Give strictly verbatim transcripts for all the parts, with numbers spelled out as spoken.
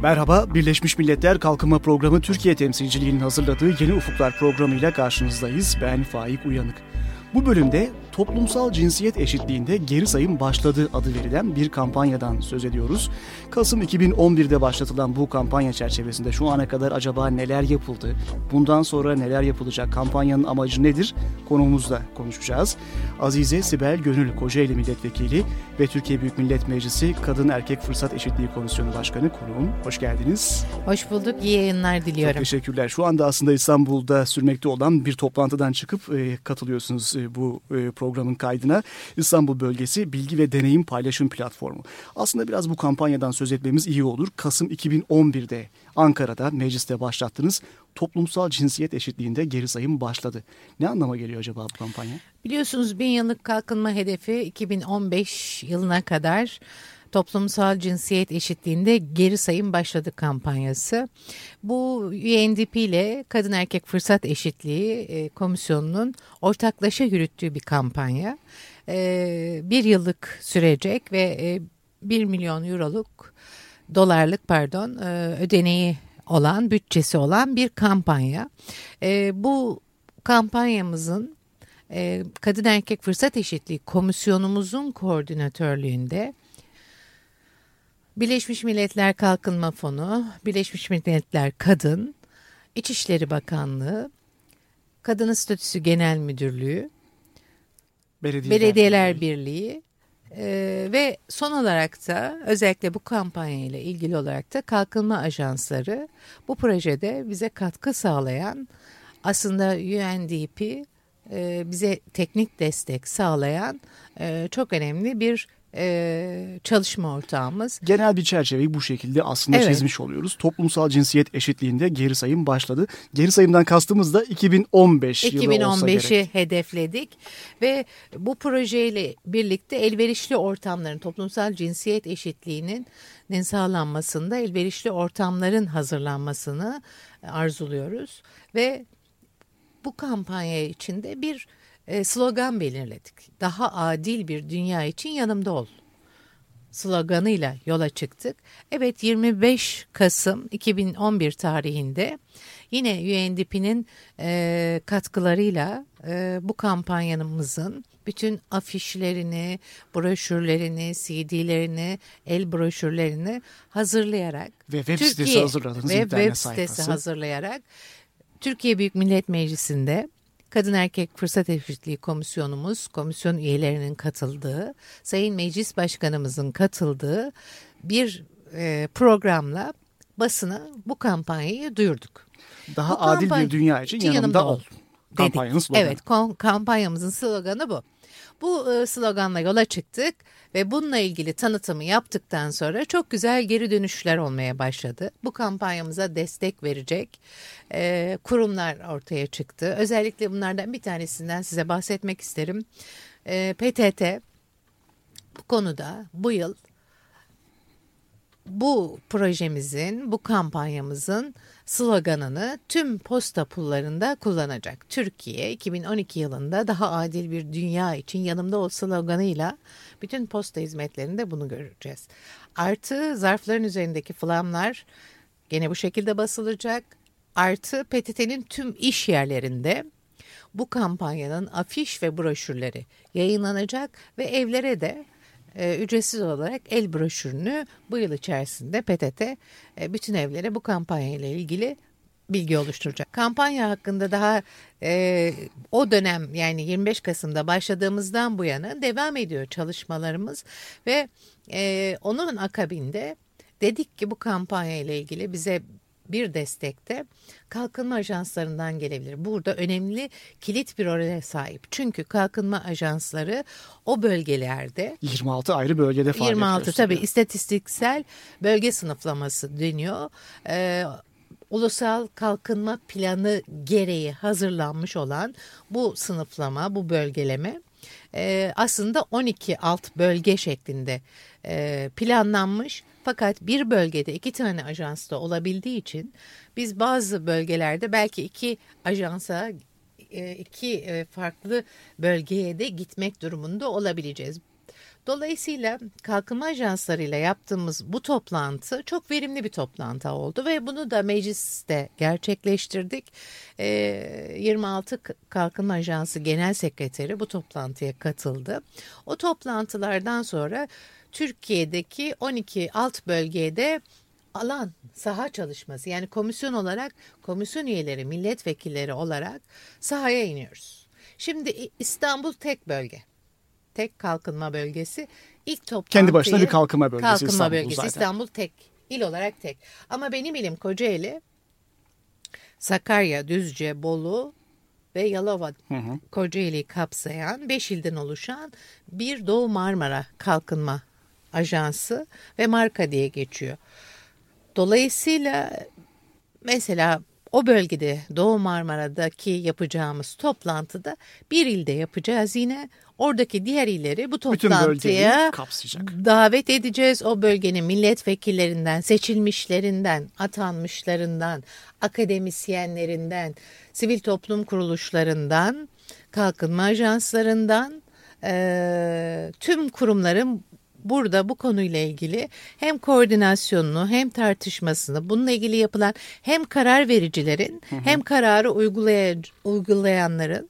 Merhaba, Birleşmiş Milletler Kalkınma Programı Türkiye temsilciliğinin hazırladığı Yeni Ufuklar programıyla karşınızdayız. Ben Faik Uyanık. Bu bölümde toplumsal cinsiyet eşitliğinde geri sayım başladı adı verilen bir kampanyadan söz ediyoruz. Kasım iki bin on birde başlatılan bu kampanya çerçevesinde şu ana kadar acaba neler yapıldı? Bundan sonra neler yapılacak? Kampanyanın amacı nedir? Konuğumuzla konuşacağız. Azize Sibel Gönül Kocaeli Milletvekili ve Türkiye Büyük Millet Meclisi Kadın Erkek Fırsat Eşitliği Komisyonu Başkanı konuğum. Hoş geldiniz. Hoş bulduk. İyi yayınlar diliyorum. Çok teşekkürler. Şu anda aslında İstanbul'da sürmekte olan bir toplantıdan çıkıp e, katılıyorsunuz e, bu e, programın kaydına. İstanbul Bölgesi Bilgi ve Deneyim Paylaşım Platformu. Aslında biraz bu kampanyadan söz etmemiz iyi olur. Kasım iki bin on birde Ankara'da mecliste başlattınız. Toplumsal cinsiyet eşitliğinde geri sayım başladı. Ne anlama geliyor acaba bu kampanya? Biliyorsunuz bin yıllık kalkınma hedefi iki bin on beş yılına kadar toplumsal cinsiyet eşitliğinde geri sayım başladı kampanyası. Bu U N D P ile Kadın Erkek Fırsat Eşitliği Komisyonu'nun ortaklaşa yürüttüğü bir kampanya. Bir yıllık sürecek ve bir milyon euroluk dolarlık pardon ödeneği olan, bütçesi olan bir kampanya. Bu kampanyamızın Kadın Erkek Fırsat Eşitliği Komisyonumuzun koordinatörlüğünde Birleşmiş Milletler Kalkınma Fonu, Birleşmiş Milletler Kadın, İçişleri Bakanlığı, Kadın Statüsü Genel Müdürlüğü, Belediyeler, Belediyeler Birliği, Birliği e, ve son olarak da özellikle bu kampanya ile ilgili olarak da kalkınma ajansları bu projede bize katkı sağlayan, aslında U N D P e, bize teknik destek sağlayan e, çok önemli bir Ee, çalışma ortağımız. Genel bir çerçeveyi bu şekilde aslında evet. çizmiş oluyoruz. Toplumsal cinsiyet eşitliğinde geri sayım başladı. Geri sayımdan kastımız da iki bin on beş yılı olsa gerek. iki bin on beşi hedefledik ve bu projeyle birlikte elverişli ortamların, toplumsal cinsiyet eşitliğinin sağlanmasında elverişli ortamların hazırlanmasını arzuluyoruz ve bu kampanya içinde bir slogan belirledik. Daha adil bir dünya için yanımda ol sloganıyla yola çıktık. Evet, yirmi beş Kasım iki bin on bir tarihinde yine U N D P'nin e, katkılarıyla e, bu kampanyamızın bütün afişlerini, broşürlerini, C D'lerini, el broşürlerini hazırlayarak ve web Türkiye, sitesi hazırladınız, ve internet web sayfası. sitesi hazırlayarak Türkiye Büyük Millet Meclisi'nde Kadın Erkek Fırsat Eşitliği Komisyonumuz, komisyon üyelerinin katıldığı, Sayın Meclis Başkanımızın katıldığı bir e, programla basına bu kampanyayı duyurduk. Daha bu adil kampanya, bir dünya için yanımda, yanımda ol. Kampanyanın sloganı. Evet, kampanyamızın sloganı bu. Bu e, sloganla yola çıktık ve bununla ilgili tanıtımı yaptıktan sonra çok güzel geri dönüşler olmaya başladı. Bu kampanyamıza destek verecek e, kurumlar ortaya çıktı. Özellikle bunlardan bir tanesinden size bahsetmek isterim. E, P T T bu konuda bu yıl bu projemizin, bu kampanyamızın sloganını tüm posta pullarında kullanacak. Türkiye iki bin on iki yılında daha adil bir dünya için yanımda ol sloganıyla bütün posta hizmetlerinde bunu göreceğiz. Artı zarfların üzerindeki flamlar gene bu şekilde basılacak. Artı P T T'nin tüm iş yerlerinde bu kampanyanın afiş ve broşürleri yayınlanacak ve evlere de E, ücretsiz olarak el broşürünü bu yıl içerisinde P T T e, bütün evlere bu kampanya ile ilgili bilgi oluşturacak. Kampanya hakkında daha e, o dönem yani yirmi beş Kasım'da başladığımızdan bu yana devam ediyor çalışmalarımız ve e, onun akabinde dedik ki bu kampanya ile ilgili bize bir destekte kalkınma ajanslarından gelebilir. Burada önemli kilit bir role sahip. Çünkü kalkınma ajansları o bölgelerde yirmi altı ayrı bölgede faaliyet yirmi altı gösteriyor. Tabii istatistiksel bölge sınıflaması deniyor. Ee, Ulusal Kalkınma Planı gereği hazırlanmış olan bu sınıflama, bu bölgeleme e, aslında on iki alt bölge şeklinde e, planlanmış. Fakat bir bölgede iki tane ajans da olabildiği için biz bazı bölgelerde belki iki ajansa, iki farklı bölgeye de gitmek durumunda olabileceğiz. Dolayısıyla kalkınma ajanslarıyla yaptığımız bu toplantı çok verimli bir toplantı oldu ve bunu da mecliste gerçekleştirdik. yirmi altı Kalkınma Ajansı Genel Sekreteri bu toplantıya katıldı. O toplantılardan sonra Türkiye'deki on iki alt bölgede alan, saha çalışması, yani komisyon olarak, komisyon üyeleri, milletvekilleri olarak sahaya iniyoruz. Şimdi İstanbul tek bölge, tek kalkınma bölgesi. İlk toplantıyı, kendi başına bir kalkınma bölgesi kalkınma İstanbul bölgesi zaten. İstanbul tek, il olarak tek. Ama benim ilim Kocaeli, Sakarya, Düzce, Bolu ve Yalova, hı hı. Kocaeli'yi kapsayan beş ilden oluşan bir Doğu Marmara Kalkınma Ajansı ve marka diye geçiyor. Dolayısıyla mesela o bölgede Doğu Marmara'daki yapacağımız toplantıda bir ilde yapacağız yine. Oradaki diğer illeri bu toplantıya davet edeceğiz. O bölgenin milletvekillerinden, seçilmişlerinden, atanmışlarından, akademisyenlerinden, sivil toplum kuruluşlarından, kalkınma ajanslarından, e, tüm kurumların burada bu konuyla ilgili hem koordinasyonunu hem tartışmasını, bununla ilgili yapılan hem karar vericilerin hı hı. hem kararı uygulayan, uygulayanların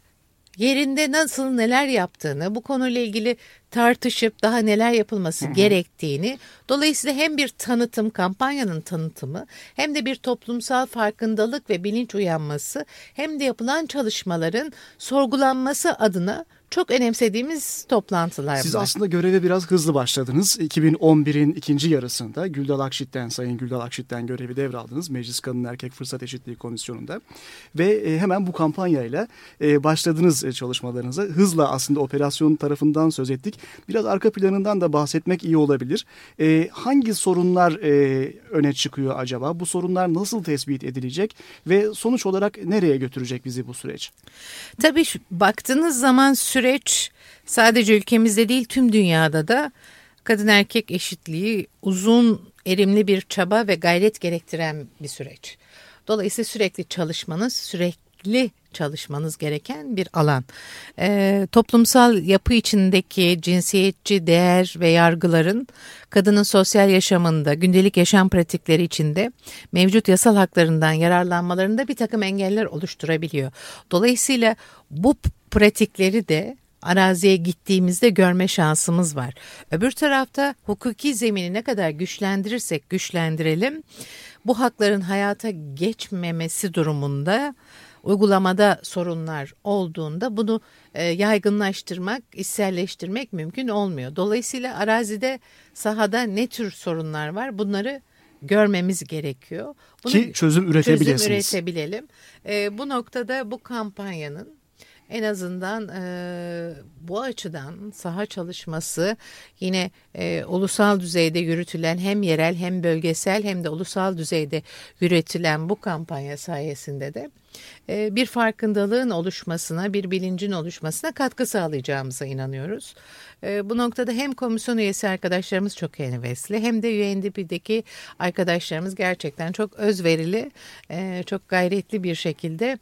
yerinde nasıl neler yaptığını, bu konuyla ilgili tartışıp daha neler yapılması hı hı. gerektiğini, dolayısıyla hem bir tanıtım, kampanyanın tanıtımı, hem de bir toplumsal farkındalık ve bilinç uyanması, hem de yapılan çalışmaların sorgulanması adına çok önemsediğimiz toplantılar Siz var. aslında göreve biraz hızlı başladınız. iki bin on birin ikinci yarısında Güldal Akşit'ten, Sayın Güldal Akşit'ten görevi devraldınız. Meclis Kadın Erkek Fırsat Eşitliği Komisyonu'nda. Ve hemen bu kampanyayla başladınız çalışmalarınıza. Hızla aslında operasyon tarafından söz ettik. Biraz arka planından da bahsetmek iyi olabilir. Hangi sorunlar öne çıkıyor acaba? Bu sorunlar nasıl tespit edilecek? Ve sonuç olarak nereye götürecek bizi bu süreç? Tabii baktığınız zaman süreç Süreç sadece ülkemizde değil tüm dünyada da kadın erkek eşitliği uzun erimli bir çaba ve gayret gerektiren bir süreç. Dolayısıyla sürekli çalışmanız, sürekli çalışmanız gereken bir alan. Ee, toplumsal yapı içindeki cinsiyetçi değer ve yargıların kadının sosyal yaşamında, gündelik yaşam pratikleri içinde mevcut yasal haklarından yararlanmalarında bir takım engeller oluşturabiliyor. Dolayısıyla bu pratikleri de araziye gittiğimizde görme şansımız var. Öbür tarafta hukuki zemini ne kadar güçlendirirsek güçlendirelim, bu hakların hayata geçmemesi durumunda, uygulamada sorunlar olduğunda bunu e, yaygınlaştırmak, içselleştirmek mümkün olmuyor. Dolayısıyla arazide, sahada ne tür sorunlar var, bunları görmemiz gerekiyor. Bunu, Ki çözüm üretebilirsiniz. Çözüm üretebilelim. E, bu noktada bu kampanyanın en azından e, bu açıdan saha çalışması yine e, ulusal düzeyde yürütülen, hem yerel hem bölgesel hem de ulusal düzeyde yürütülen bu kampanya sayesinde de e, bir farkındalığın oluşmasına, bir bilincin oluşmasına katkı sağlayacağımıza inanıyoruz. E, bu noktada hem komisyon üyesi arkadaşlarımız çok hevesli, hem de U N D P'deki arkadaşlarımız gerçekten çok özverili, e, çok gayretli bir şekilde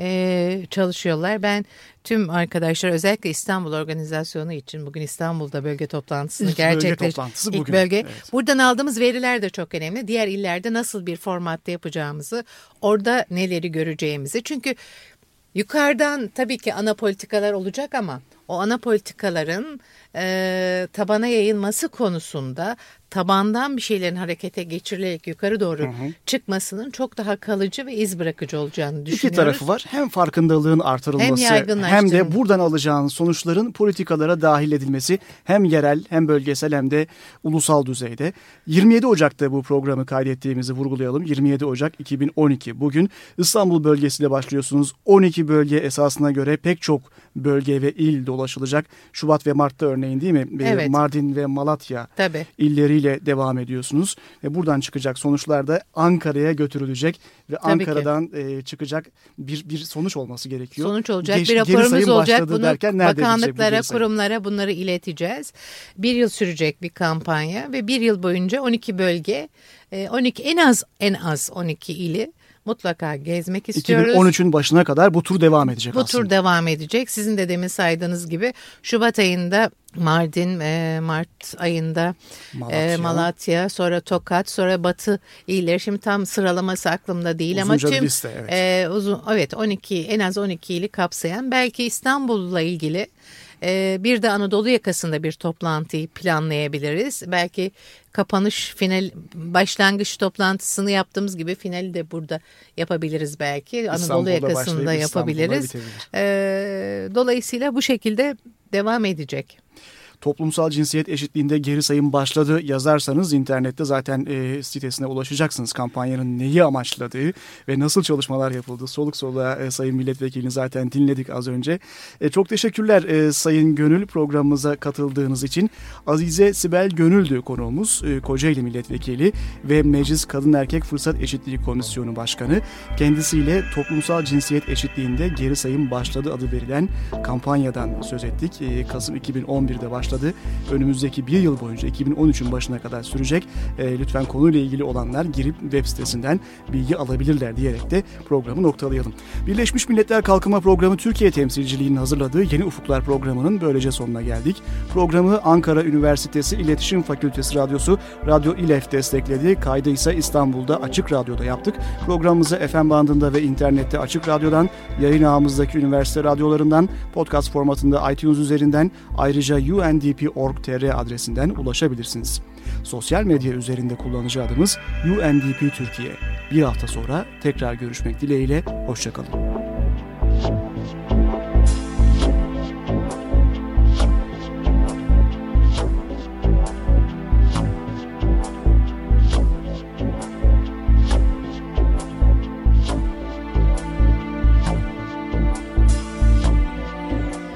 e, çalışıyorlar. Ben tüm arkadaşlar, özellikle İstanbul organizasyonu için bugün İstanbul'da bölge toplantısını gerçekleştirdik. İlk bölge. Evet. Buradan aldığımız veriler de çok önemli. Diğer illerde nasıl bir formatta yapacağımızı, orada neleri göreceğimizi. Çünkü yukarıdan tabii ki ana politikalar olacak ama o ana politikaların e, tabana yayılması konusunda tabandan bir şeylerin harekete geçirilerek yukarı doğru hı hı. çıkmasının çok daha kalıcı ve iz bırakıcı olacağını düşünüyoruz. İki tarafı var. Hem farkındalığın artırılması hem, hem de buradan alacağın sonuçların politikalara dahil edilmesi, hem yerel hem bölgesel hem de ulusal düzeyde. yirmi yedi Ocak'ta bu programı kaydettiğimizi vurgulayalım. yirmi yedi Ocak iki bin on iki. Bugün İstanbul bölgesiyle başlıyorsunuz. on iki bölge esasına göre pek çok bölge ve il dolaşılacak. Şubat ve Mart'ta örneğin, değil mi? Evet. Mardin ve Malatya Tabii. illeriyle devam ediyorsunuz. Ve buradan çıkacak sonuçlar da Ankara'ya götürülecek ve Tabii Ankara'dan e, çıkacak bir bir sonuç olması gerekiyor. Sonuç olacak. Geç, bir raporumuz olacak. Bunu derken, bakanlıklara, kurumlara bunları ileteceğiz. Bir yıl sürecek bir kampanya ve bir yıl boyunca on iki bölge, on iki en az en az on iki ili mutlaka gezmek istiyoruz. iki bin on üçün başına kadar bu tur devam edecek bu aslında. Bu tur devam edecek. Sizin de demin saydığınız gibi Şubat ayında Mardin, e, Mart ayında Malatya. E, Malatya, sonra Tokat, sonra Batı illeri. Şimdi tam sıralaması aklımda değil. Uzunca ama tüm liste, evet. E, uzun, evet on iki en az on iki ili kapsayan, belki İstanbul'la ilgili e, bir de Anadolu yakasında bir toplantıyı planlayabiliriz. Belki kapanış, final, başlangıç toplantısını yaptığımız gibi finali de burada yapabiliriz belki. İstanbul'da Anadolu yakasında yapabiliriz. E, dolayısıyla bu şekilde devam edecek. Toplumsal cinsiyet eşitliğinde geri sayım başladı yazarsanız internette zaten e, sitesine ulaşacaksınız. Kampanyanın neyi amaçladığı ve nasıl çalışmalar yapıldığı soluk soluğa e, Sayın Milletvekilini zaten dinledik az önce. E, çok teşekkürler e, Sayın Gönül, programımıza katıldığınız için. Azize Sibel Gönül'dü konuğumuz, e, Kocaeli Milletvekili ve Meclis Kadın Erkek Fırsat Eşitliği Komisyonu Başkanı. Kendisiyle toplumsal cinsiyet eşitliğinde geri sayım başladı adı verilen kampanyadan söz ettik. E, Kasım iki bin on birde başladı. Önümüzdeki bir yıl boyunca iki bin on üçün başına kadar sürecek. E, lütfen konuyla ilgili olanlar girip web sitesinden bilgi alabilirler diyerek de programı noktalayalım. Birleşmiş Milletler Kalkınma Programı Türkiye temsilciliğinin hazırladığı Yeni Ufuklar programının böylece sonuna geldik. Programı Ankara Üniversitesi İletişim Fakültesi Radyosu Radyo İLEF destekledi. Kaydı ise İstanbul'da Açık Radyo'da yaptık. Programımızı F M bandında ve internette Açık Radyo'dan, yayın ağımızdaki üniversite radyolarından, podcast formatında iTunes üzerinden, ayrıca U N D P nokta org nokta T R adresinden ulaşabilirsiniz. Sosyal medya üzerinde kullanıcı adımız U N D P Türkiye. Bir hafta sonra tekrar görüşmek dileğiyle, hoşça kalın.